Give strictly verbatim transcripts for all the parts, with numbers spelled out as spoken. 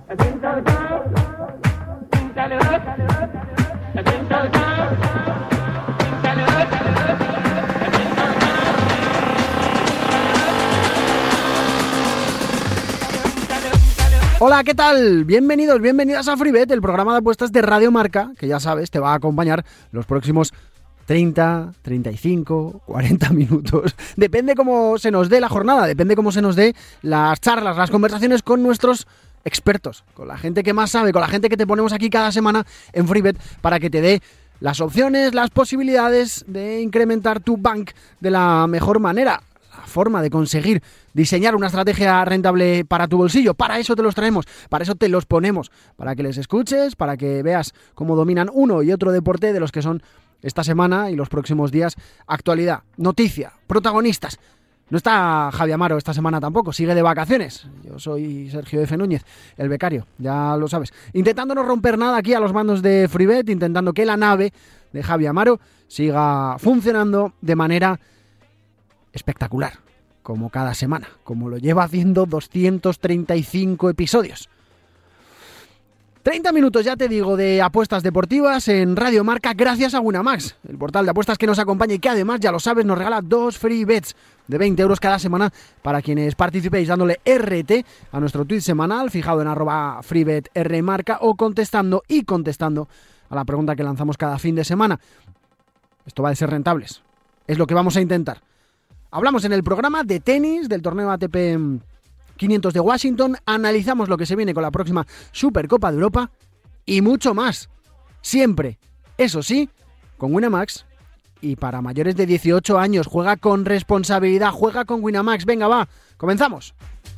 Hola, ¿qué tal? Bienvenidos, bienvenidas a FreeBet, el programa de apuestas de Radio Marca, que ya sabes, te va a acompañar los próximos treinta, treinta y cinco, cuarenta minutos. Depende cómo se nos dé la jornada, depende cómo se nos dé las charlas, las conversaciones con nuestros expertos, con la gente que más sabe, con la gente que te ponemos aquí cada semana en FreeBet para que te dé las opciones, las posibilidades de incrementar tu bank de la mejor manera. La forma de conseguir diseñar una estrategia rentable para tu bolsillo. Para eso te los traemos, para eso te los ponemos, para que les escuches, para que veas cómo dominan uno y otro deporte de los que son esta semana y los próximos días actualidad, noticia, protagonistas. No está Javi Amaro esta semana tampoco, sigue de vacaciones. Yo soy Sergio F. Núñez, el becario, ya lo sabes. Intentando no romper nada aquí a los mandos de FreeBet, intentando que la nave de Javi Amaro siga funcionando de manera espectacular, como cada semana, como lo lleva haciendo doscientos treinta y cinco episodios. treinta minutos, ya te digo, de apuestas deportivas en Radio Marca gracias a Winamax, el portal de apuestas que nos acompaña y que además, ya lo sabes, nos regala dos free bets de veinte euros cada semana para quienes participéis dándole R T a nuestro tweet semanal fijado en arroba freebetrmarca o contestando y contestando a la pregunta que lanzamos cada fin de semana. Esto va a ser rentables, es lo que vamos a intentar. Hablamos en el programa de tenis, del torneo A T P quinientos de Washington, analizamos lo que se viene con la próxima Supercopa de Europa y mucho más. Siempre, eso sí, con Winamax y para mayores de dieciocho años. Juega con responsabilidad, juega con Winamax. Venga, va, comenzamos.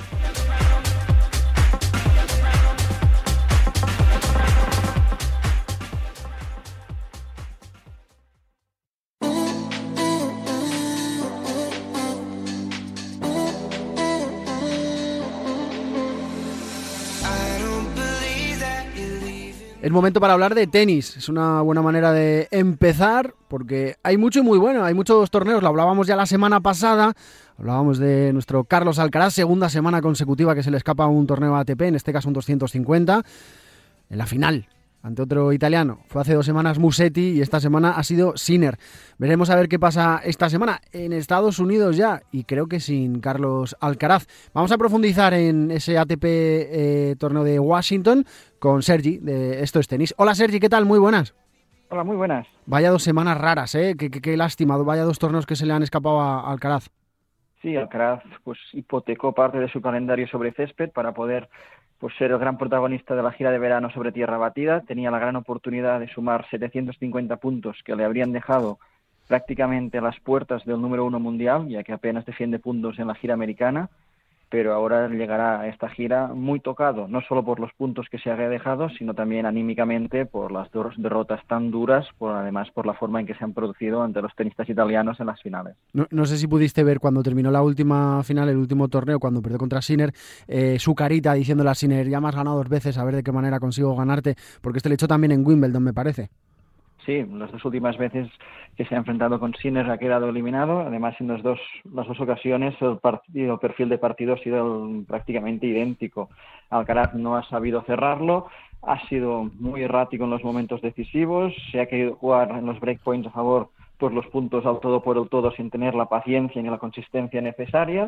Es momento para hablar de tenis, es una buena manera de empezar porque hay mucho y muy bueno, hay muchos torneos, lo hablábamos ya la semana pasada, hablábamos de nuestro Carlos Alcaraz, segunda semana consecutiva que se le escapa un torneo A T P, en este caso un doscientos cincuenta, en la final ante otro italiano. Fue hace dos semanas Musetti y esta semana ha sido Sinner. Veremos a ver qué pasa esta semana en Estados Unidos ya y creo que sin Carlos Alcaraz. Vamos a profundizar en ese A T P eh, torneo de Washington con Sergi de Esto es Tenis. Hola Sergi, ¿qué tal? Muy buenas. Hola, muy buenas. Vaya dos semanas raras, ¿eh? Qué, qué, qué lástima, vaya dos torneos que se le han escapado a Alcaraz. Sí, Alcaraz pues hipotecó parte de su calendario sobre césped para poder pues ser el gran protagonista de la gira de verano sobre tierra batida. Tenía la gran oportunidad de sumar setecientos cincuenta puntos que le habrían dejado prácticamente a las puertas del número uno mundial, ya que apenas defiende puntos en la gira americana, pero ahora llegará a esta gira muy tocado, no solo por los puntos que se había dejado, sino también anímicamente por las dos derrotas tan duras, por además por la forma en que se han producido ante los tenistas italianos en las finales. No, no sé si pudiste ver cuando terminó la última final, el último torneo, cuando perdió contra Sinner, eh, su carita diciéndole a Sinner, ya me has ganado dos veces, a ver de qué manera consigo ganarte, porque este le echó también en Wimbledon, me parece. Sí, las dos últimas veces que se ha enfrentado con Sinner ha quedado eliminado. Además, en las dos, las dos ocasiones el, partido, el perfil de partido ha sido el, prácticamente idéntico. Alcaraz no ha sabido cerrarlo, ha sido muy errático en los momentos decisivos, se ha querido jugar en los breakpoints a favor por los puntos al todo por el todo sin tener la paciencia ni la consistencia necesaria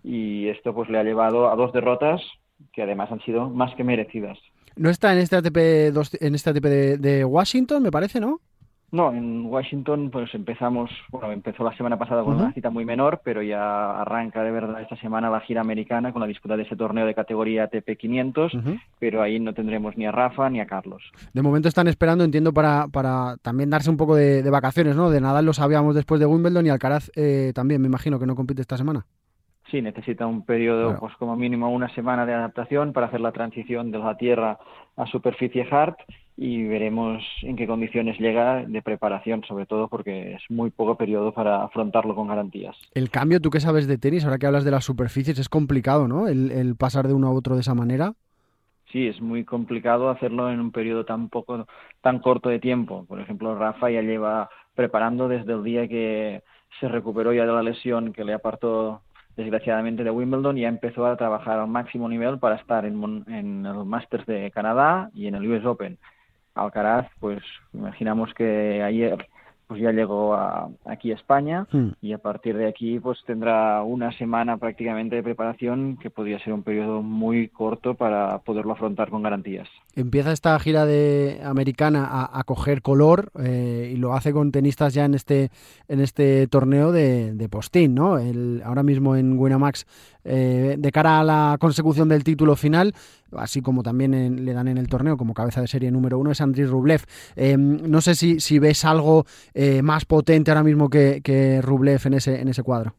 y esto pues le ha llevado a dos derrotas que además han sido más que merecidas. No está en este A T P, dos, en este A T P de, de Washington, me parece, ¿no? No, en Washington pues empezamos, bueno, empezó la semana pasada con uh-huh. una cita muy menor, pero ya arranca de verdad esta semana la gira americana con la disputa de ese torneo de categoría A T P quinientos, uh-huh. pero ahí no tendremos ni a Rafa ni a Carlos. De momento están esperando, entiendo, para, para también darse un poco de, de vacaciones, ¿no? De Nadal lo sabíamos después de Wimbledon y Alcaraz eh, también, me imagino que no compite esta semana. Sí, necesita un periodo, claro. pues como mínimo una semana de adaptación para hacer la transición de la tierra a superficie hard y veremos en qué condiciones llega de preparación, sobre todo porque es muy poco periodo para afrontarlo con garantías. El cambio, tú que sabes de tenis, ahora que hablas de las superficies, es complicado, ¿no? El, el pasar de uno a otro de esa manera. Sí, es muy complicado hacerlo en un periodo tan poco, tan corto de tiempo. Por ejemplo, Rafa ya lleva preparando desde el día que se recuperó ya de la lesión que le apartó desgraciadamente, de Wimbledon, y ya empezó a trabajar al máximo nivel para estar en, en el Masters de Canadá y en el U S Open. Alcaraz, pues imaginamos que ayer pues ya llegó a, aquí a España Hmm. y a partir de aquí pues tendrá una semana prácticamente de preparación, que podría ser un periodo muy corto para poderlo afrontar con garantías. Empieza esta gira de americana a, a coger color eh, y lo hace con tenistas ya en este en este torneo de, de postín, ¿no? El, ahora mismo en Winamax, eh, de cara a la consecución del título final, así como también en, le dan en el torneo como cabeza de serie número uno, es Andriy Rublev. Eh, no sé si, si ves algo eh, más potente ahora mismo que, que Rublev en ese, en ese cuadro.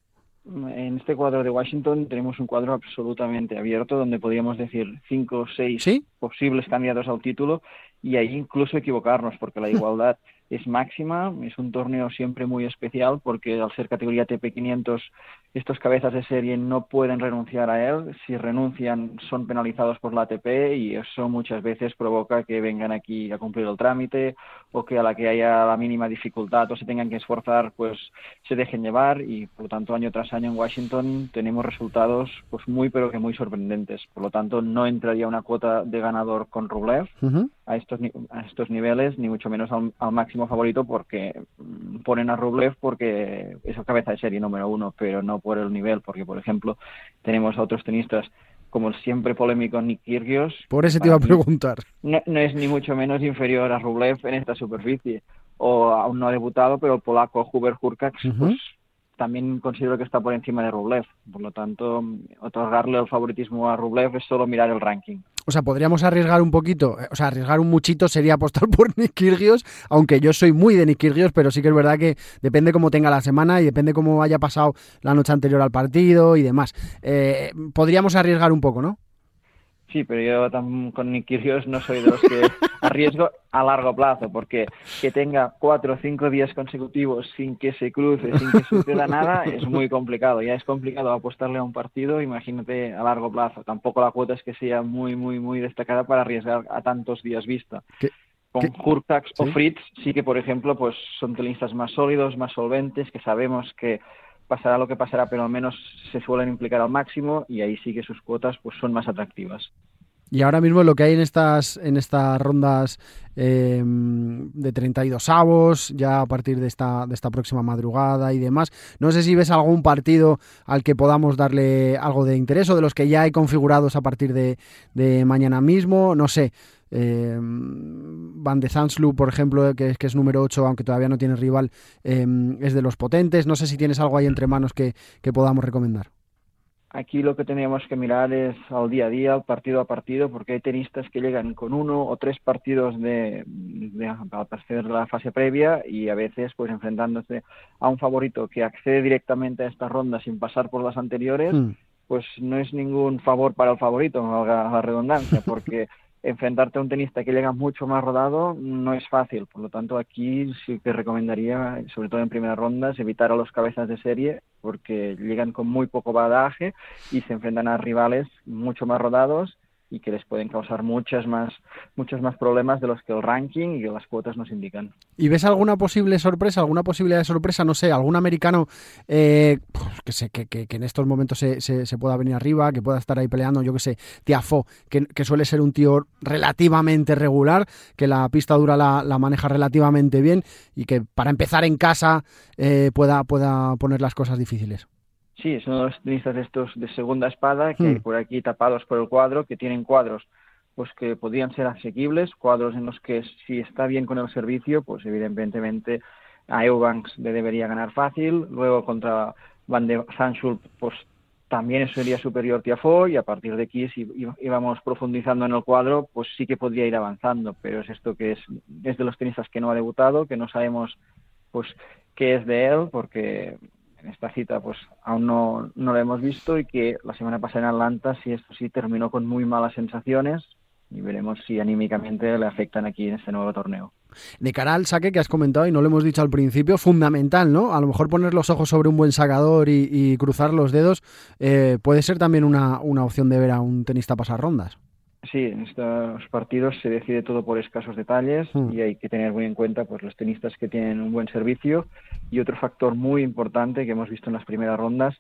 En este cuadro de Washington tenemos un cuadro absolutamente abierto donde podríamos decir cinco o seis ¿Sí? posibles candidatos al título y ahí incluso equivocarnos, porque la igualdad es máxima. Es un torneo siempre muy especial porque al ser categoría T P quinientos estos cabezas de serie no pueden renunciar a él. Si renuncian son penalizados por la A T P y eso muchas veces provoca que vengan aquí a cumplir el trámite o que a la que haya la mínima dificultad o se tengan que esforzar pues se dejen llevar, y por lo tanto año tras año en Washington tenemos resultados pues muy pero que muy sorprendentes. Por lo tanto no entraría una cuota de ganador con Rublev Uh-huh. a estos a estos niveles, ni mucho menos al, al máximo favorito, porque ponen a Rublev porque es el cabeza de serie número uno, pero no por el nivel, porque por ejemplo tenemos a otros tenistas como el siempre polémico Nick Kyrgios. Por ese te iba a preguntar. No, no es ni mucho menos inferior a Rublev en esta superficie, o aún no ha debutado, pero el polaco Hubert Hurkacz Uh-huh. pues también considero que está por encima de Rublev. Por lo tanto, otorgarle el favoritismo a Rublev es solo mirar el ranking. O sea, podríamos arriesgar un poquito, o sea, arriesgar un muchito sería apostar por Nick Kyrgios, aunque yo soy muy de Nick Kyrgios, pero sí que es verdad que depende cómo tenga la semana y depende cómo haya pasado la noche anterior al partido y demás. Eh, podríamos arriesgar un poco, ¿no? Sí, pero yo tam- con Nick Kyrgios no soy de los que arriesgo a largo plazo, porque que tenga cuatro o cinco días consecutivos sin que se cruce, sin que suceda nada, es muy complicado. Ya es complicado apostarle a un partido, imagínate a largo plazo. Tampoco la cuota es que sea muy, muy, muy destacada para arriesgar a tantos días vista. ¿Qué? Con ¿Qué? Hurkacz ¿Sí? o Fritz sí que, por ejemplo, pues son tenistas más sólidos, más solventes, que sabemos que pasará lo que pasará, pero al menos se suelen implicar al máximo, y ahí sí que sus cuotas pues son más atractivas. Y ahora mismo lo que hay en estas en estas rondas eh, de treinta y dos avos, ya a partir de esta de esta próxima madrugada y demás, no sé si ves algún partido al que podamos darle algo de interés, o de los que ya hay configurados a partir de, de mañana mismo, no sé. Eh, Van de Zandsluh, por ejemplo, que es, que es número ocho, aunque todavía no tiene rival, eh, es de los potentes. No sé si tienes algo ahí entre manos que, que podamos recomendar. Aquí lo que tenemos que mirar es al día a día, al partido a partido, porque hay tenistas que llegan con uno o tres partidos de, de, al pasar la fase previa, y a veces pues enfrentándose a un favorito que accede directamente a esta ronda sin pasar por las anteriores, Hmm. pues no es ningún favor para el favorito, valga la redundancia, porque enfrentarte a un tenista que llega mucho más rodado no es fácil. Por lo tanto, aquí sí que recomendaría, sobre todo en primeras rondas, evitar a los cabezas de serie, porque llegan con muy poco bagaje y se enfrentan a rivales mucho más rodados y que les pueden causar muchas más, muchos más problemas de los que el ranking y las cuotas nos indican. ¿Y ves alguna posible sorpresa, alguna posibilidad de sorpresa? No sé, algún americano eh, que, sé, que, que, que en estos momentos se, se, se pueda venir arriba, que pueda estar ahí peleando, yo que sé, Tiafoe, que, que suele ser un tío relativamente regular, que la pista dura la, la maneja relativamente bien y que para empezar en casa eh, pueda, pueda poner las cosas difíciles. Sí, son los tenistas estos de segunda espada que Hmm. hay por aquí tapados por el cuadro, que tienen cuadros pues que podrían ser asequibles, cuadros en los que si está bien con el servicio, pues evidentemente a Eubanks le debería ganar fácil. Luego contra Van de Zandsluh, pues también sería superior Tiafoe, y a partir de aquí si íbamos profundizando en el cuadro, pues sí que podría ir avanzando, pero es esto que es, es de los tenistas que no ha debutado, que no sabemos pues qué es de él, porque en esta cita pues aún no, no lo hemos visto, y que la semana pasada en Atlanta sí, esto sí terminó con muy malas sensaciones, y veremos si anímicamente le afectan aquí en este nuevo torneo. De cara al saque que has comentado, y no lo hemos dicho al principio, fundamental, ¿no? A lo mejor poner los ojos sobre un buen sacador y, y cruzar los dedos eh, puede ser también una, una opción de ver a un tenista pasar rondas. Sí, en estos partidos se decide todo por escasos detalles, Hmm. y hay que tener muy en cuenta pues los tenistas que tienen un buen servicio. Y otro factor muy importante que hemos visto en las primeras rondas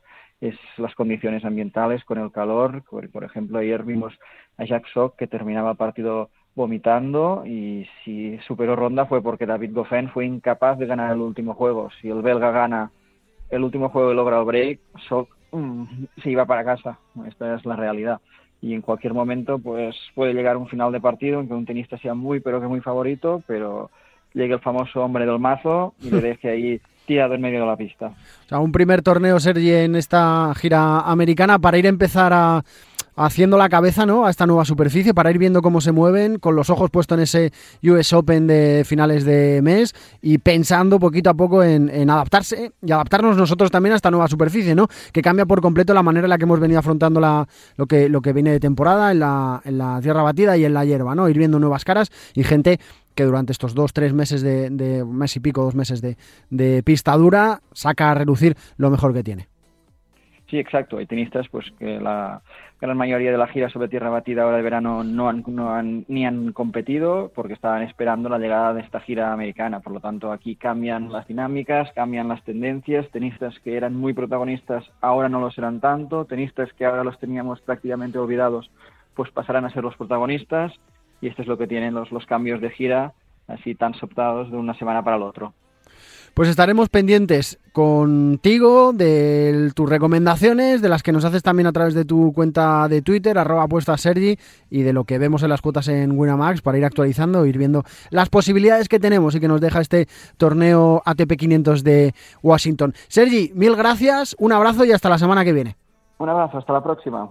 es las condiciones ambientales con el calor. Por, por ejemplo, ayer vimos a Jack Sock que terminaba el partido vomitando, y si superó ronda fue porque David Goffin fue incapaz de ganar el último juego. Si el belga gana el último juego y logra el break, Sock mm, se iba para casa. Esta es la realidad. Y en cualquier momento pues puede llegar un final de partido en que un tenista sea muy pero que muy favorito, pero llegue el famoso hombre del mazo y le deje ahí tirado en medio de la pista. O sea, un primer torneo, Sergi, en esta gira americana para ir a empezar a haciendo la cabeza, ¿no?, a esta nueva superficie, para ir viendo cómo se mueven, con los ojos puestos en ese U S Open de finales de mes y pensando poquito a poco en, en adaptarse y adaptarnos nosotros también a esta nueva superficie, ¿no?, que cambia por completo la manera en la que hemos venido afrontando la, lo que lo que viene de temporada en la, en la tierra batida y en la hierba, ¿no?, ir viendo nuevas caras y gente que durante estos dos, tres meses de, de un mes y pico, dos meses de, de pista dura, saca a relucir lo mejor que tiene. Sí, exacto. Hay tenistas pues que la gran mayoría de la gira sobre tierra batida ahora de verano no han, no han ni han competido porque estaban esperando la llegada de esta gira americana. Por lo tanto, aquí cambian las dinámicas, cambian las tendencias. Tenistas que eran muy protagonistas ahora no lo serán tanto. Tenistas que ahora los teníamos prácticamente olvidados pues pasarán a ser los protagonistas. Y esto es lo que tienen los, los cambios de gira así tan soptados de una semana para la otra. Pues estaremos pendientes contigo de tus recomendaciones, de las que nos haces también a través de tu cuenta de Twitter, arroba apuestas Sergi, y de lo que vemos en las cuotas en Winamax para ir actualizando, ir viendo las posibilidades que tenemos y que nos deja este torneo A T P quinientos de Washington. Sergi, mil gracias, un abrazo y hasta la semana que viene. Un abrazo, hasta la próxima.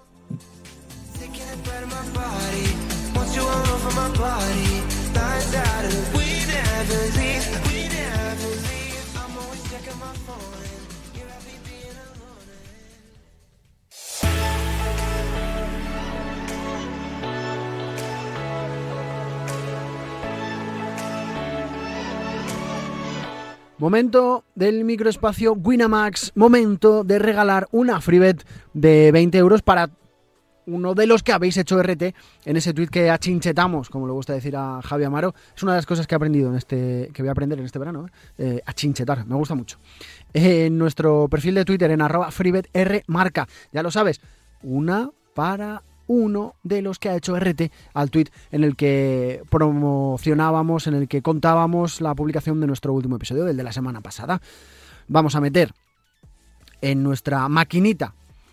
Momento del microespacio Winamax, momento de regalar una freebet de veinte euros para uno de los que habéis hecho R T en ese tuit que achinchetamos, como le gusta decir a Javi Amaro. Es una de las cosas que he aprendido en este, que voy a aprender en este verano, ¿eh? Eh, achinchetar, me gusta mucho. Eh, en nuestro perfil de Twitter, en arroba freebetrmarca, ya lo sabes, una para uno de los que ha hecho R T al tuit en el que promocionábamos, en el que contábamos la publicación de nuestro último episodio, del de la semana pasada. Vamos a meter en nuestra maquinita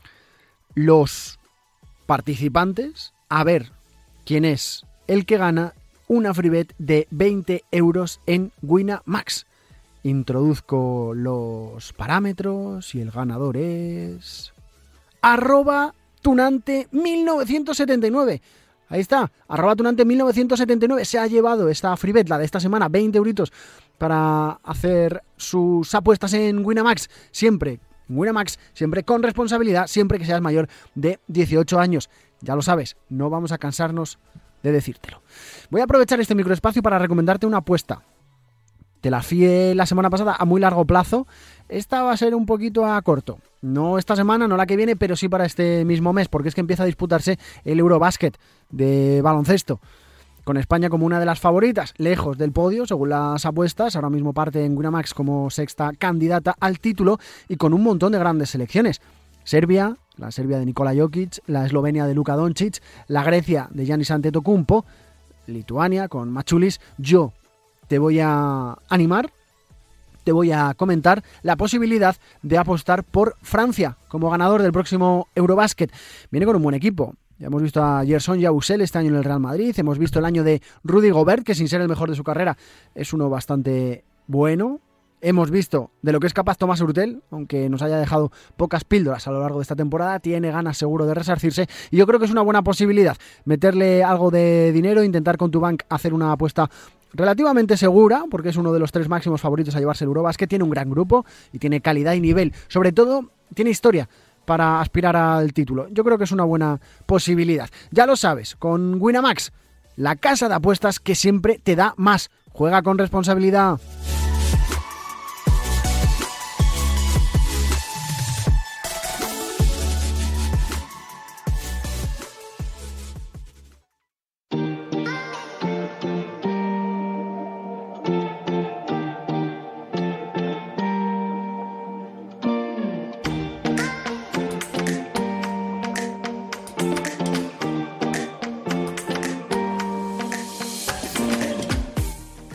los participantes a ver quién es el que gana una freebet de veinte euros en Winamax. Introduzco los parámetros y el ganador es arroba tunante mil novecientos setenta y nueve. Ahí está, arroba tunante mil novecientos setenta y nueve. Se ha llevado esta freebet, la de esta semana, veinte euritos para hacer sus apuestas en Winamax. Siempre Winamax, siempre con responsabilidad, siempre que seas mayor de dieciocho años. Ya lo sabes, no vamos a cansarnos de decírtelo. Voy a aprovechar este microespacio para recomendarte una apuesta. Te la fié la semana pasada a muy largo plazo. Esta va a ser un poquito a corto. No esta semana, no la que viene, pero sí para este mismo mes, porque es que empieza a disputarse el Eurobasket de baloncesto, con España como una de las favoritas, lejos del podio, según las apuestas. Ahora mismo parte en Winamax como sexta candidata al título y con un montón de grandes selecciones. Serbia, la Serbia de Nikola Jokic, la Eslovenia de Luka Doncic, la Grecia de Giannis Antetokounmpo, Lituania con Machulis. Yo te voy a animar, te voy a comentar la posibilidad de apostar por Francia como ganador del próximo Eurobasket. Viene con un buen equipo. Ya hemos visto a Gerson Yabusel este año en el Real Madrid, hemos visto el año de Rudy Gobert, que sin ser el mejor de su carrera es uno bastante bueno. Hemos visto de lo que es capaz Thomas Hurtel, aunque nos haya dejado pocas píldoras a lo largo de esta temporada, tiene ganas seguro de resarcirse y yo creo que es una buena posibilidad meterle algo de dinero, intentar con tu bank hacer una apuesta relativamente segura, porque es uno de los tres máximos favoritos a llevarse el Eurobasket, tiene un gran grupo y tiene calidad y nivel, sobre todo tiene historia para aspirar al título. Yo creo que es una buena posibilidad. Ya lo sabes, con Winamax, la casa de apuestas que siempre te da más. Juega con responsabilidad.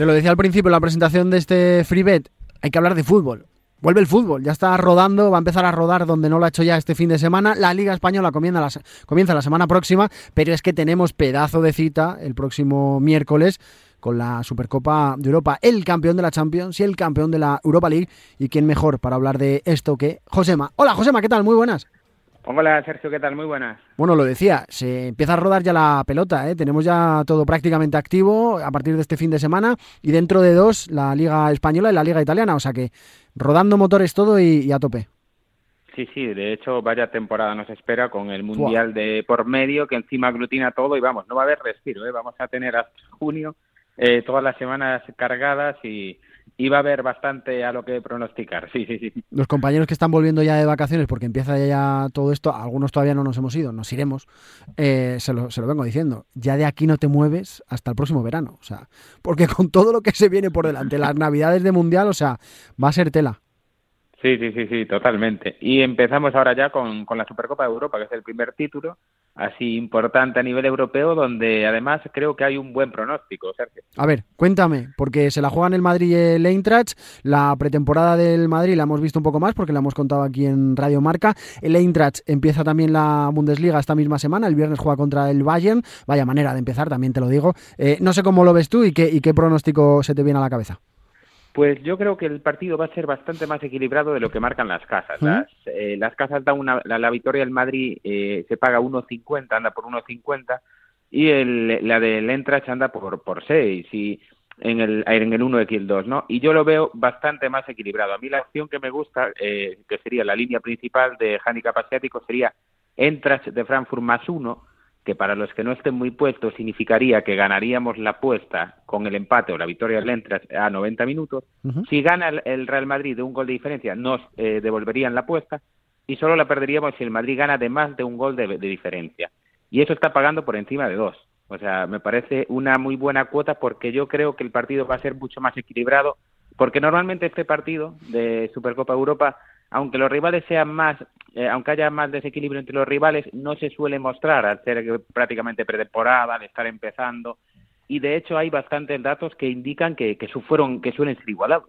Te lo decía al principio en la presentación de este free bet, hay que hablar de fútbol. Vuelve el fútbol, ya está rodando, va a empezar a rodar donde no lo ha hecho ya este fin de semana. La Liga Española comienza la, comienza la semana próxima, pero es que tenemos pedazo de cita el próximo miércoles con la Supercopa de Europa, el campeón de la Champions y el campeón de la Europa League. ¿Y quién mejor para hablar de esto que Josema? Hola Josema, ¿qué tal? Muy buenas. Hola Sergio, ¿qué tal? Muy buenas. Bueno, lo decía, se empieza a rodar ya la pelota, ¿eh? Tenemos ya todo prácticamente activo a partir de este fin de semana y dentro de dos la Liga Española y la Liga Italiana, o sea que rodando motores todo y, y a tope. Sí, sí, de hecho vaya temporada nos espera con el Mundial wow. de por medio que encima aglutina todo y vamos, no va a haber respiro, ¿eh? Vamos a tener hasta junio eh, todas las semanas cargadas y... Y va a haber bastante a lo que pronosticar, sí, sí, sí. Los compañeros que están volviendo ya de vacaciones, porque empieza ya todo esto, algunos todavía no nos hemos ido, nos iremos, eh, se, lo, se lo vengo diciendo, ya de aquí no te mueves hasta el próximo verano, o sea, porque con todo lo que se viene por delante, las navidades de Mundial, o sea, va a ser tela. Sí, sí, sí, sí, totalmente. Y empezamos ahora ya con, con la Supercopa de Europa, que es el primer título así importante a nivel europeo, donde además creo que hay un buen pronóstico, Sergio. A ver, cuéntame, porque se la juegan el Madrid y el Eintracht, la pretemporada del Madrid la hemos visto un poco más porque la hemos contado aquí en Radio Marca. El Eintracht empieza también la Bundesliga esta misma semana, el viernes juega contra el Bayern, vaya manera de empezar, también te lo digo. Eh, no sé cómo lo ves tú y qué, y qué pronóstico se te viene a la cabeza. Pues yo creo que el partido va a ser bastante más equilibrado de lo que marcan las casas. ¿Mm? Las, eh, las casas dan una, la, la victoria del Madrid eh, se paga uno cincuenta, anda por uno cincuenta, y el, la del Eintracht anda por por seis y en el en el uno x el dos, ¿no? Y yo lo veo bastante más equilibrado. A mí la opción que me gusta, eh, que sería la línea principal de handicap asiático, sería Eintracht de Frankfurt más uno, que para los que no estén muy puestos significaría que ganaríamos la apuesta con el empate o la victoria del Eintracht a noventa minutos. Uh-huh. Si gana el Real Madrid de un gol de diferencia, nos eh, devolverían la apuesta y solo la perderíamos si el Madrid gana de más de un gol de, de diferencia. Y eso está pagando por encima de dos. O sea, me parece una muy buena cuota porque yo creo que el partido va a ser mucho más equilibrado, porque normalmente este partido de Supercopa Europa, aunque los rivales sean más, eh, aunque haya más desequilibrio entre los rivales, no se suele mostrar al ser prácticamente pretemporada, al estar empezando, y de hecho hay bastantes datos que indican que, que, fueron, que suelen ser igualados.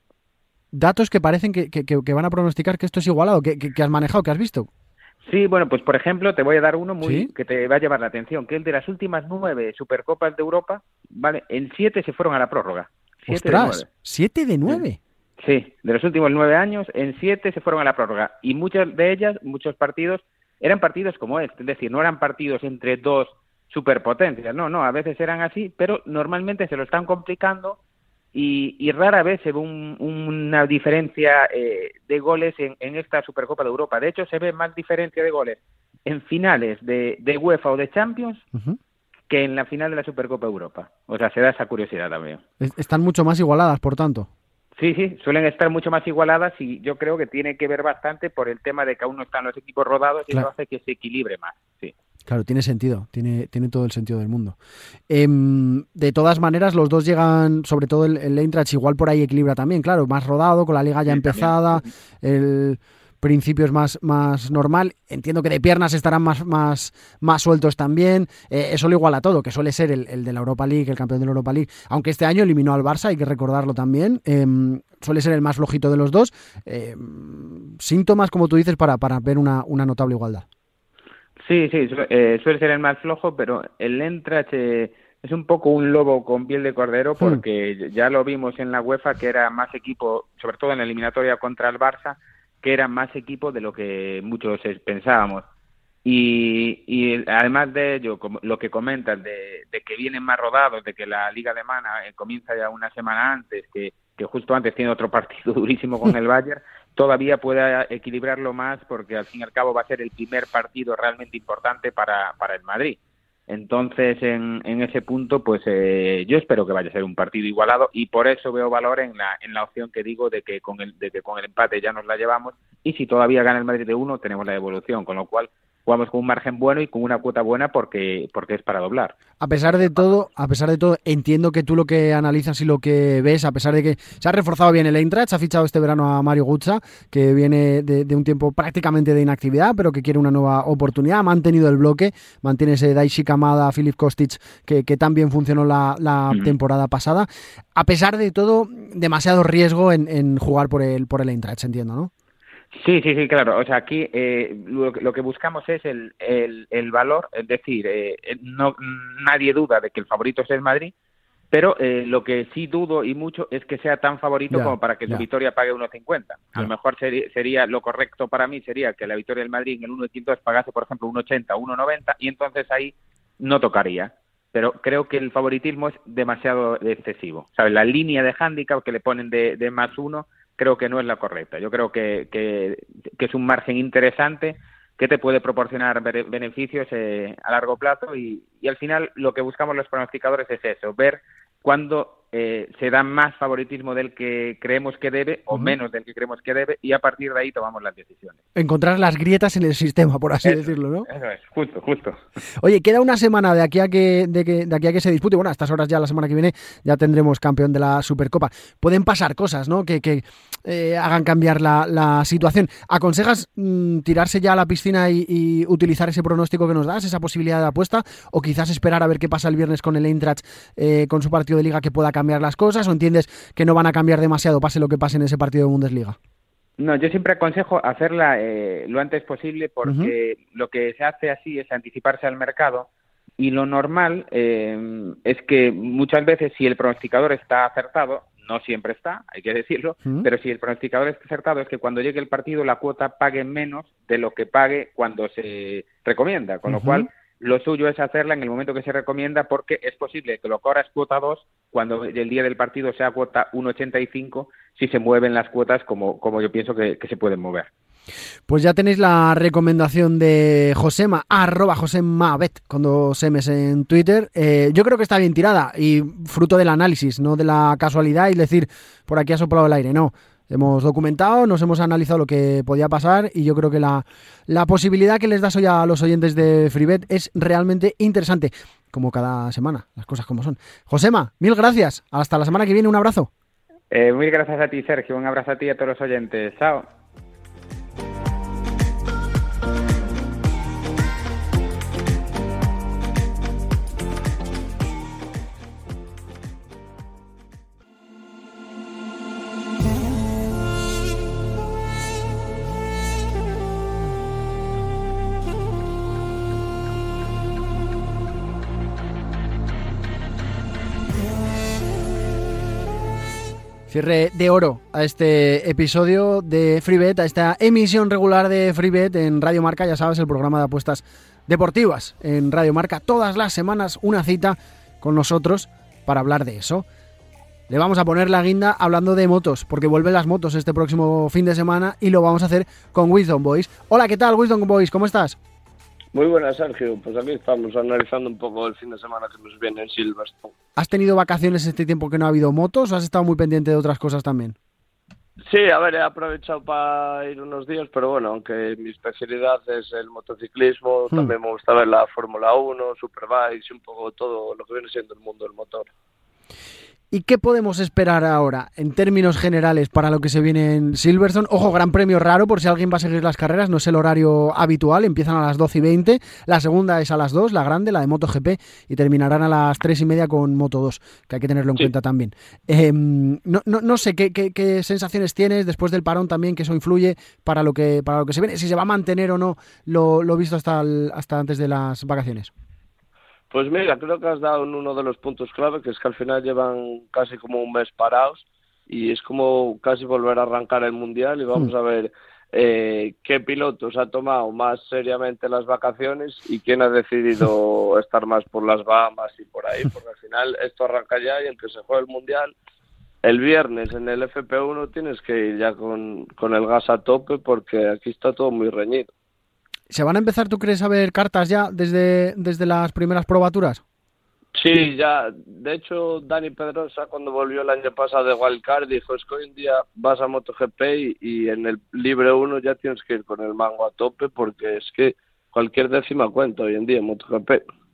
Datos que parecen que, que, que van a pronosticar que esto es igualado, que, que, que has manejado, que has visto. Sí, bueno, pues por ejemplo, te voy a dar uno muy ¿Sí? que te va a llamar la atención, que el de las últimas nueve Supercopas de Europa, ¿vale? En siete se fueron a la prórroga. Siete ¡Ostras! De nueve. ¿Siete de nueve? Sí, de los últimos nueve años, en siete se fueron a la prórroga. Y muchas de ellas, muchos partidos, eran partidos como este. Es decir, no eran partidos entre dos superpotencias. No, no, a veces eran así, pero normalmente se lo están complicando y, y rara vez se ve un, una diferencia eh, de goles en, en esta Supercopa de Europa. De hecho, se ve más diferencia de goles en finales de, de UEFA o de Champions uh-huh. que en la final de la Supercopa de Europa. O sea, se da esa curiosidad también. Están mucho más igualadas, por tanto. Sí, sí, suelen estar mucho más igualadas y yo creo que tiene que ver bastante por el tema de que aún no están los equipos rodados y claro. Eso hace que se equilibre más, sí. Claro, tiene sentido, tiene, tiene todo el sentido del mundo. Eh, de todas maneras, los dos llegan, sobre todo el, el Eintracht, igual por ahí equilibra también, claro, más rodado, con la liga ya sí, empezada, también. El principio es más, más normal, entiendo que de piernas estarán más, más, más sueltos también, eh, eso lo iguala todo, que suele ser el, el de la Europa League, el campeón de la Europa League, aunque este año eliminó al Barça, hay que recordarlo también, eh, suele ser el más flojito de los dos, eh, síntomas, como tú dices, para, para ver una, una notable igualdad. Sí, sí, eh, suele ser el más flojo, pero el Eintracht eh, es un poco un lobo con piel de cordero porque hmm. ya lo vimos en la UEFA que era más equipo, sobre todo en la eliminatoria contra el Barça, que era más equipo de lo que muchos pensábamos. Y, y además de ello, como lo que comentas, de, de que vienen más rodados, de que la Liga Alemana eh, comienza ya una semana antes, que, que justo antes tiene otro partido durísimo con el Bayern, todavía pueda equilibrarlo más porque al fin y al cabo va a ser el primer partido realmente importante para, para el Madrid. Entonces, en, en ese punto, pues eh, yo espero que vaya a ser un partido igualado y por eso veo valor en la en la opción que digo de que con el de que con el empate ya nos la llevamos y si todavía gana el Madrid de uno tenemos la devolución, con lo cual jugamos con un margen bueno y con una cuota buena porque porque es para doblar. A pesar de todo, a pesar de todo, entiendo que tú lo que analizas y lo que ves, a pesar de que se ha reforzado bien el Eintracht, se ha fichado este verano a Mario Götze, que viene de, de un tiempo prácticamente de inactividad, pero que quiere una nueva oportunidad, ha mantenido el bloque, mantiene ese Daichi Kamada, Filip Kostic, que, que tan bien funcionó la, la mm. temporada pasada. A pesar de todo, demasiado riesgo en, en jugar por el, por el Eintracht, entiendo, ¿no? Sí, sí, sí, claro. O sea, aquí eh, lo, lo que buscamos es el, el, el valor, es decir, eh, no nadie duda de que el favorito es el Madrid, pero eh, lo que sí dudo y mucho es que sea tan favorito yeah, como para que yeah. su victoria pague uno cincuenta. A yeah. lo mejor sería, sería lo correcto para mí sería que la victoria del Madrid en el uno quinientos pagase, por ejemplo, uno ochenta, uno noventa y entonces ahí no tocaría. Pero creo que el favoritismo es demasiado excesivo. ¿Sabes? La línea de handicap que le ponen de, de más uno creo que no es la correcta. Yo creo que, que, que es un margen interesante que te puede proporcionar beneficios eh, a largo plazo y, y al final lo que buscamos los pronosticadores es eso, ver cuándo eh, se da más favoritismo del que creemos que debe o uh-huh. menos del que creemos que debe y a partir de ahí tomamos las decisiones. Encontrar las grietas en el sistema, por así eso, decirlo, ¿no? Eso es, justo, justo. Oye, queda una semana de aquí a que de, que de aquí a que se dispute. Bueno, a estas horas ya la semana que viene ya tendremos campeón de la Supercopa. Pueden pasar cosas, ¿no? Que, que eh, hagan cambiar la, la situación. ¿Aconsejas mmm, tirarse ya a la piscina y, y utilizar ese pronóstico que nos das, esa posibilidad de apuesta? ¿O quizás esperar a ver qué pasa el viernes con el Eintracht, eh, con su partido de Liga, que pueda cambiar las cosas? ¿O entiendes que no van a cambiar demasiado, pase lo que pase en ese partido de Bundesliga? No, yo siempre aconsejo hacerla eh, lo antes posible porque uh-huh. lo que se hace así es anticiparse al mercado y lo normal eh, es que muchas veces si el pronosticador está acertado, no siempre está, hay que decirlo, uh-huh. pero si el pronosticador está acertado es que cuando llegue el partido la cuota pague menos de lo que pague cuando se recomienda, con uh-huh. lo cual lo suyo es hacerla en el momento que se recomienda porque es posible que lo que ahora es cuota dos, cuando el día del partido sea cuota uno ochenta y cinco, si se mueven las cuotas como, como yo pienso que, que se pueden mover. Pues ya tenéis la recomendación de Josema, arroba Josemabet, con dos M's en Twitter. Eh, yo creo que está bien tirada y fruto del análisis, no de la casualidad y decir, por aquí ha soplado el aire, no. Hemos documentado, nos hemos analizado lo que podía pasar y yo creo que la, la posibilidad que les das hoy a los oyentes de FreeBet es realmente interesante, como cada semana, las cosas como son. Josema, mil gracias. Hasta la semana que viene, un abrazo. Eh, muy gracias a ti, Sergio. Un abrazo a ti y a todos los oyentes. Chao. Cierre de oro a este episodio de FreeBet, a esta emisión regular de FreeBet en Radio Marca, ya sabes, el programa de apuestas deportivas en Radio Marca. Todas las semanas una cita con nosotros para hablar de eso. Le vamos a poner la guinda hablando de motos, porque vuelven las motos este próximo fin de semana y lo vamos a hacer con Wisdom Boys. Hola, ¿qué tal, Wisdom Boys? ¿Cómo estás? Muy buenas, Sergio. Pues aquí estamos analizando un poco el fin de semana que nos viene en Silverstone. ¿Has tenido vacaciones este tiempo que no ha habido motos o has estado muy pendiente de otras cosas también? Sí, a ver, he aprovechado para ir unos días, pero bueno, aunque mi especialidad es el motociclismo, hmm. también me gusta ver la Fórmula uno, Superbikes y un poco todo lo que viene siendo el mundo del motor. ¿Y qué podemos esperar ahora, en términos generales, para lo que se viene en Silverstone? Ojo, gran premio raro, por si alguien va a seguir las carreras, no es el horario habitual, empiezan a las doce y veinte, la segunda es a las dos, la grande, la de MotoGP, y terminarán a las tres y media con Moto dos, que hay que tenerlo en sí. cuenta también. Eh, no, no, no sé, ¿qué, qué, ¿qué sensaciones tienes después del parón también, que eso influye para lo que, para lo que se viene? Si se va a mantener o no lo, lo visto hasta, el, hasta antes de las vacaciones. Pues mira, creo que has dado en uno de los puntos clave, que es que al final llevan casi como un mes parados y es como casi volver a arrancar el Mundial y vamos mm. a ver eh, qué pilotos ha tomado más seriamente las vacaciones y quién ha decidido estar más por las Bahamas y por ahí, porque al final esto arranca ya y el que se juega el Mundial el viernes en el F P uno tienes que ir ya con, con el gas a tope porque aquí está todo muy reñido. ¿Se van a empezar, tú crees, a ver cartas ya desde, desde las primeras probaturas? Sí, ya. De hecho, Dani Pedrosa, cuando volvió el año pasado de Wildcard, dijo, es que hoy en día vas a MotoGP y, y en el Libre uno ya tienes que ir con el mango a tope porque es que cualquier décima cuenta hoy en día en MotoGP.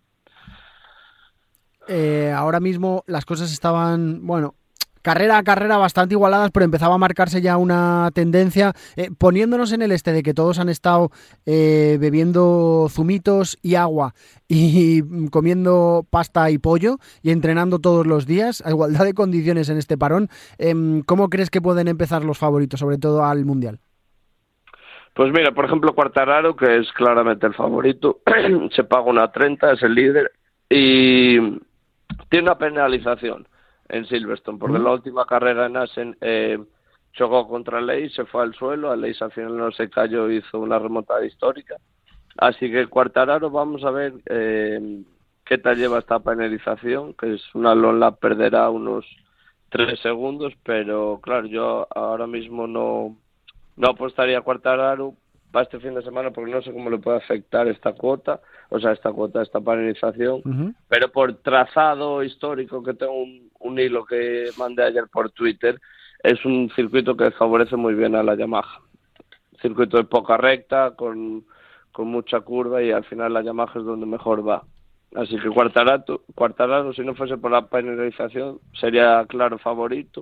Eh, ahora mismo las cosas estaban, bueno, carrera a carrera bastante igualadas, pero empezaba a marcarse ya una tendencia, eh, poniéndonos en el este de que todos han estado eh, bebiendo zumitos y agua y comiendo pasta y pollo y entrenando todos los días a igualdad de condiciones en este parón. Eh, ¿Cómo crees que pueden empezar los favoritos, sobre todo al Mundial? Pues mira, por ejemplo, Quartararo, que es claramente el favorito, se paga una treinta, es el líder y tiene una penalización en Silverstone, porque en la última carrera en Assen eh, chocó contra Leis, se fue al suelo, a Leis al final no se cayó, hizo una remontada histórica. Así que Quartararo, vamos a ver eh, qué tal lleva esta penalización, que es una lone lap, perderá unos tres segundos, pero claro, yo ahora mismo no, no apostaría a Quartararo para este fin de semana porque no sé cómo le puede afectar esta cuota, o sea, esta cuota, esta penalización, uh-huh. Pero por trazado histórico, que tengo un, un hilo que mandé ayer por Twitter, es un circuito que favorece muy bien a la Yamaha. Circuito de poca recta, con, con mucha curva, y al final la Yamaha es donde mejor va. Así que Quartararo, Quartararo, si no fuese por la penalización, sería claro favorito.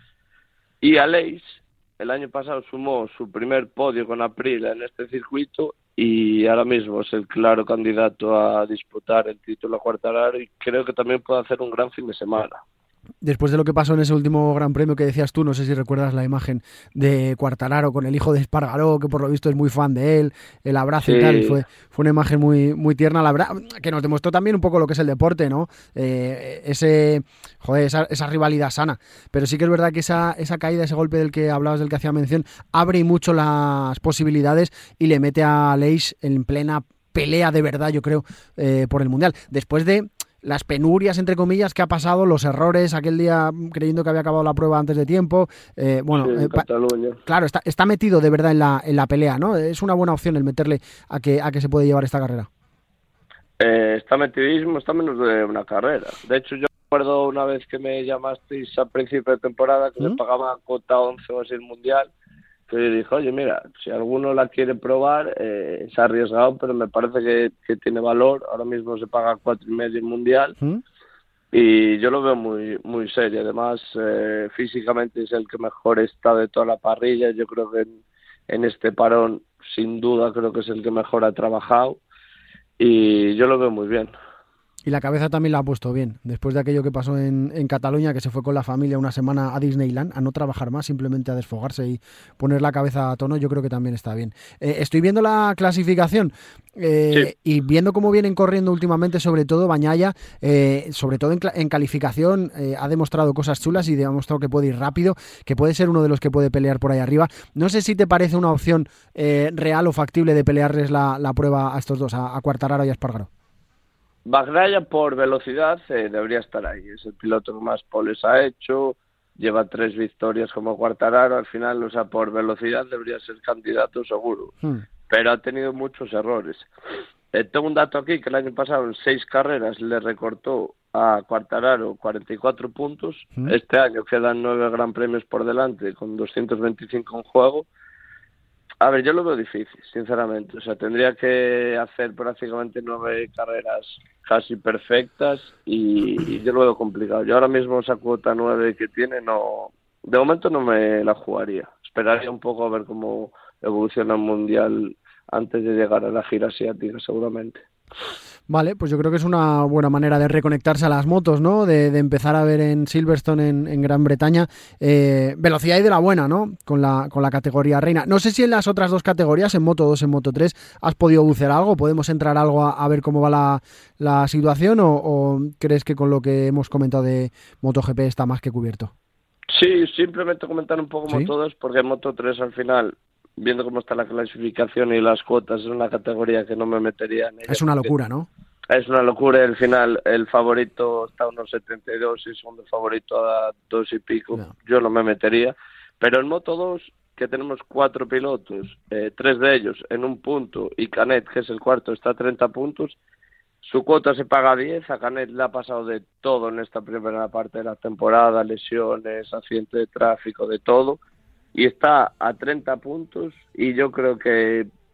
Y Aleix, el año pasado sumó su primer podio con Aprilia en este circuito y ahora mismo es el claro candidato a disputar el título a Quartararo, y creo que también puede hacer un gran fin de semana. Después de lo que pasó en ese último Gran Premio que decías tú, no sé si recuerdas la imagen de Quartararo con el hijo de Espargaró, que por lo visto es muy fan de él, el abrazo sí. Y tal, fue, fue una imagen muy, muy tierna, la verdad, que nos demostró también un poco lo que es el deporte, ¿no? Eh, ese, joder, esa, esa rivalidad sana, pero sí que es verdad que esa, esa caída, ese golpe del que hablabas, del que hacía mención, abre mucho las posibilidades y le mete a Aleix en plena pelea de verdad, yo creo, eh, por el Mundial. Después de las penurias, entre comillas, que ha pasado, los errores, aquel día creyendo que había acabado la prueba antes de tiempo. Eh, bueno, sí, eh, pa- claro, está, está metido de verdad en la, en la pelea, ¿no? Es una buena opción el meterle a que, a que se puede llevar esta carrera. Eh, está metidísimo, está menos de una carrera. De hecho, yo recuerdo una vez que me llamasteis a principio de temporada que ¿Mm? me pagaba cota once o así el Mundial, que yo dije, oye, mira, si alguno la quiere probar, eh, se ha arriesgado, pero me parece que, que tiene valor. Ahora mismo se paga cuatro y medio el Mundial ¿Mm? y yo lo veo muy muy serio. Además, eh, físicamente es el que mejor está de toda la parrilla. Yo creo que en, en este parón, sin duda, creo que es el que mejor ha trabajado y yo lo veo muy bien. Y la cabeza también la ha puesto bien, después de aquello que pasó en, en Cataluña, que se fue con la familia una semana a Disneyland, a no trabajar más, simplemente a desfogarse y poner la cabeza a tono. Yo creo que también está bien. Eh, estoy viendo la clasificación eh, sí. y viendo cómo vienen corriendo últimamente, sobre todo Bagnaia, eh, sobre todo en, en calificación, eh, ha demostrado cosas chulas y ha demostrado que puede ir rápido, que puede ser uno de los que puede pelear por ahí arriba. No sé si te parece una opción eh, real o factible de pelearles la, la prueba a estos dos, a, a Quartararo y a Espargaró. Bagnaia por velocidad eh, debería estar ahí, es el piloto que más poles ha hecho, lleva tres victorias como Quartararo, al final, o sea, por velocidad debería ser candidato seguro, hmm. pero ha tenido muchos errores. Eh, tengo un dato aquí, que el año pasado en seis carreras le recortó a Quartararo cuarenta y cuatro puntos, hmm. este año quedan nueve gran premios por delante con doscientos veinticinco en juego. A ver, yo lo veo difícil, sinceramente. O sea, tendría que hacer prácticamente nueve carreras casi perfectas y, y yo lo veo complicado. Yo ahora mismo esa cuota nueve que tiene, no, de momento no me la jugaría. Esperaría un poco a ver cómo evoluciona el Mundial antes de llegar a la gira asiática, seguramente. Vale, pues yo creo que es una buena manera de reconectarse a las motos, ¿no? De, de empezar a ver en Silverstone, en, en Gran Bretaña, eh, velocidad y de la buena, ¿no? Con la, con la categoría reina. No sé si en las otras dos categorías, en Moto dos, en Moto tres, has podido bucear algo, podemos entrar algo a, a ver cómo va la, la situación o, o crees que con lo que hemos comentado de MotoGP está más que cubierto. Sí, simplemente comentar un poco ¿Sí? Moto dos, porque en Moto tres al final, viendo cómo está la clasificación y las cuotas, es una categoría que no me metería en ella. Es una locura, ¿no? Es una locura. Al final el favorito está a unos setenta y dos y el segundo favorito a dos y pico. No. Yo no me metería. Pero en Moto dos, que tenemos cuatro pilotos, eh, tres de ellos en un punto, y Canet, que es el cuarto, está a treinta puntos, su cuota se paga a diez. A Canet le ha pasado de todo en esta primera parte de la temporada, lesiones, accidente de tráfico, de todo, y está a treinta puntos, y yo creo que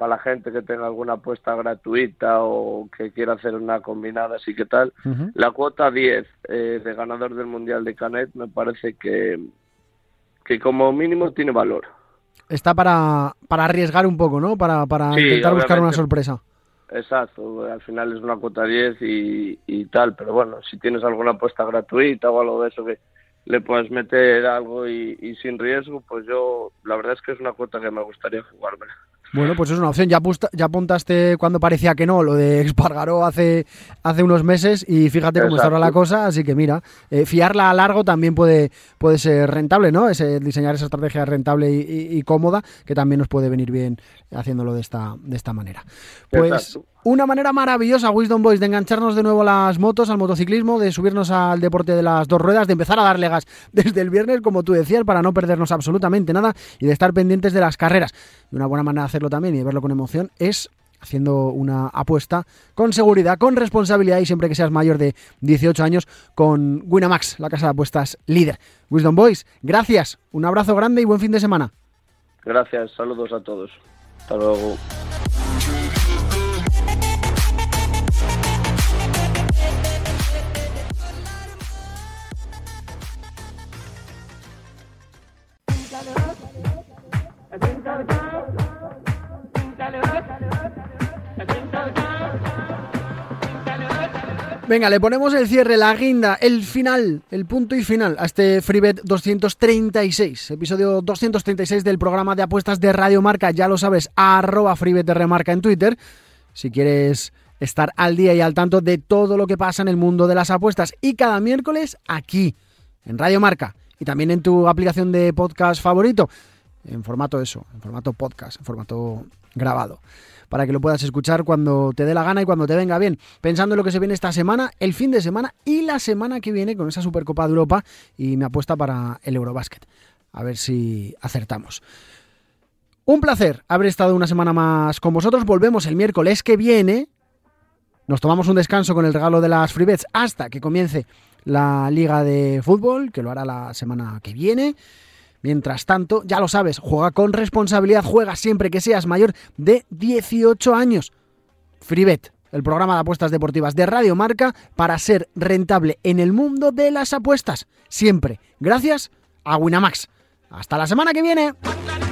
para la gente que tenga alguna apuesta gratuita o que quiera hacer una combinada, así que tal, uh-huh. La cuota diez eh, de ganador del Mundial de Canet me parece que, que como mínimo tiene valor. Está para, para arriesgar un poco, ¿no? Para, para sí, intentar buscar una sorpresa. Exacto, al final es una cuota diez y, y tal, pero bueno, si tienes alguna apuesta gratuita o algo de eso que le puedes meter algo y, y sin riesgo, pues yo, la verdad es que es una cuota que me gustaría jugarme. Bueno, pues es una opción. Ya, apusta, ya apuntaste cuando parecía que no, lo de Espargaró hace, hace unos meses y fíjate cómo está ahora la cosa, así que mira, eh, fiarla a largo también puede, puede ser rentable, ¿no? Ese, diseñar esa estrategia rentable y, y, y cómoda, que también nos puede venir bien haciéndolo de esta, de esta manera. Pues exacto. Una manera maravillosa, Wisdom Boys, de engancharnos de nuevo a las motos, al motociclismo, de subirnos al deporte de las dos ruedas, de empezar a darle gas desde el viernes, como tú decías, para no perdernos absolutamente nada y de estar pendientes de las carreras. Y una buena manera de hacerlo también y de verlo con emoción es haciendo una apuesta con seguridad, con responsabilidad y siempre que seas mayor de dieciocho años con Winamax, la casa de apuestas líder. Wisdom Boys, gracias, un abrazo grande y buen fin de semana. Gracias, saludos a todos. Hasta luego. Venga, le ponemos el cierre, la guinda, el final, el punto y final a este Freebet doscientos treinta y seis, episodio doscientos treinta y seis del programa de apuestas de Radio Marca. Ya lo sabes, arroba FreebetRMarca en Twitter, si quieres estar al día y al tanto de todo lo que pasa en el mundo de las apuestas. Y cada miércoles aquí, en Radio Marca, y también en tu aplicación de podcast favorito, en formato eso, en formato podcast, en formato grabado, para que lo puedas escuchar cuando te dé la gana y cuando te venga bien, pensando en lo que se viene esta semana, el fin de semana y la semana que viene con esa Supercopa de Europa y mi apuesta para el Eurobasket. A ver si acertamos. Un placer haber estado una semana más con vosotros. Volvemos el miércoles que viene. Nos tomamos un descanso con el regalo de las Freebets hasta que comience la Liga de Fútbol, que lo hará la semana que viene. Mientras tanto, ya lo sabes, juega con responsabilidad, juega siempre que seas mayor de dieciocho años. Freebet, el programa de apuestas deportivas de Radio Marca para ser rentable en el mundo de las apuestas. Siempre, gracias a Winamax. Hasta la semana que viene.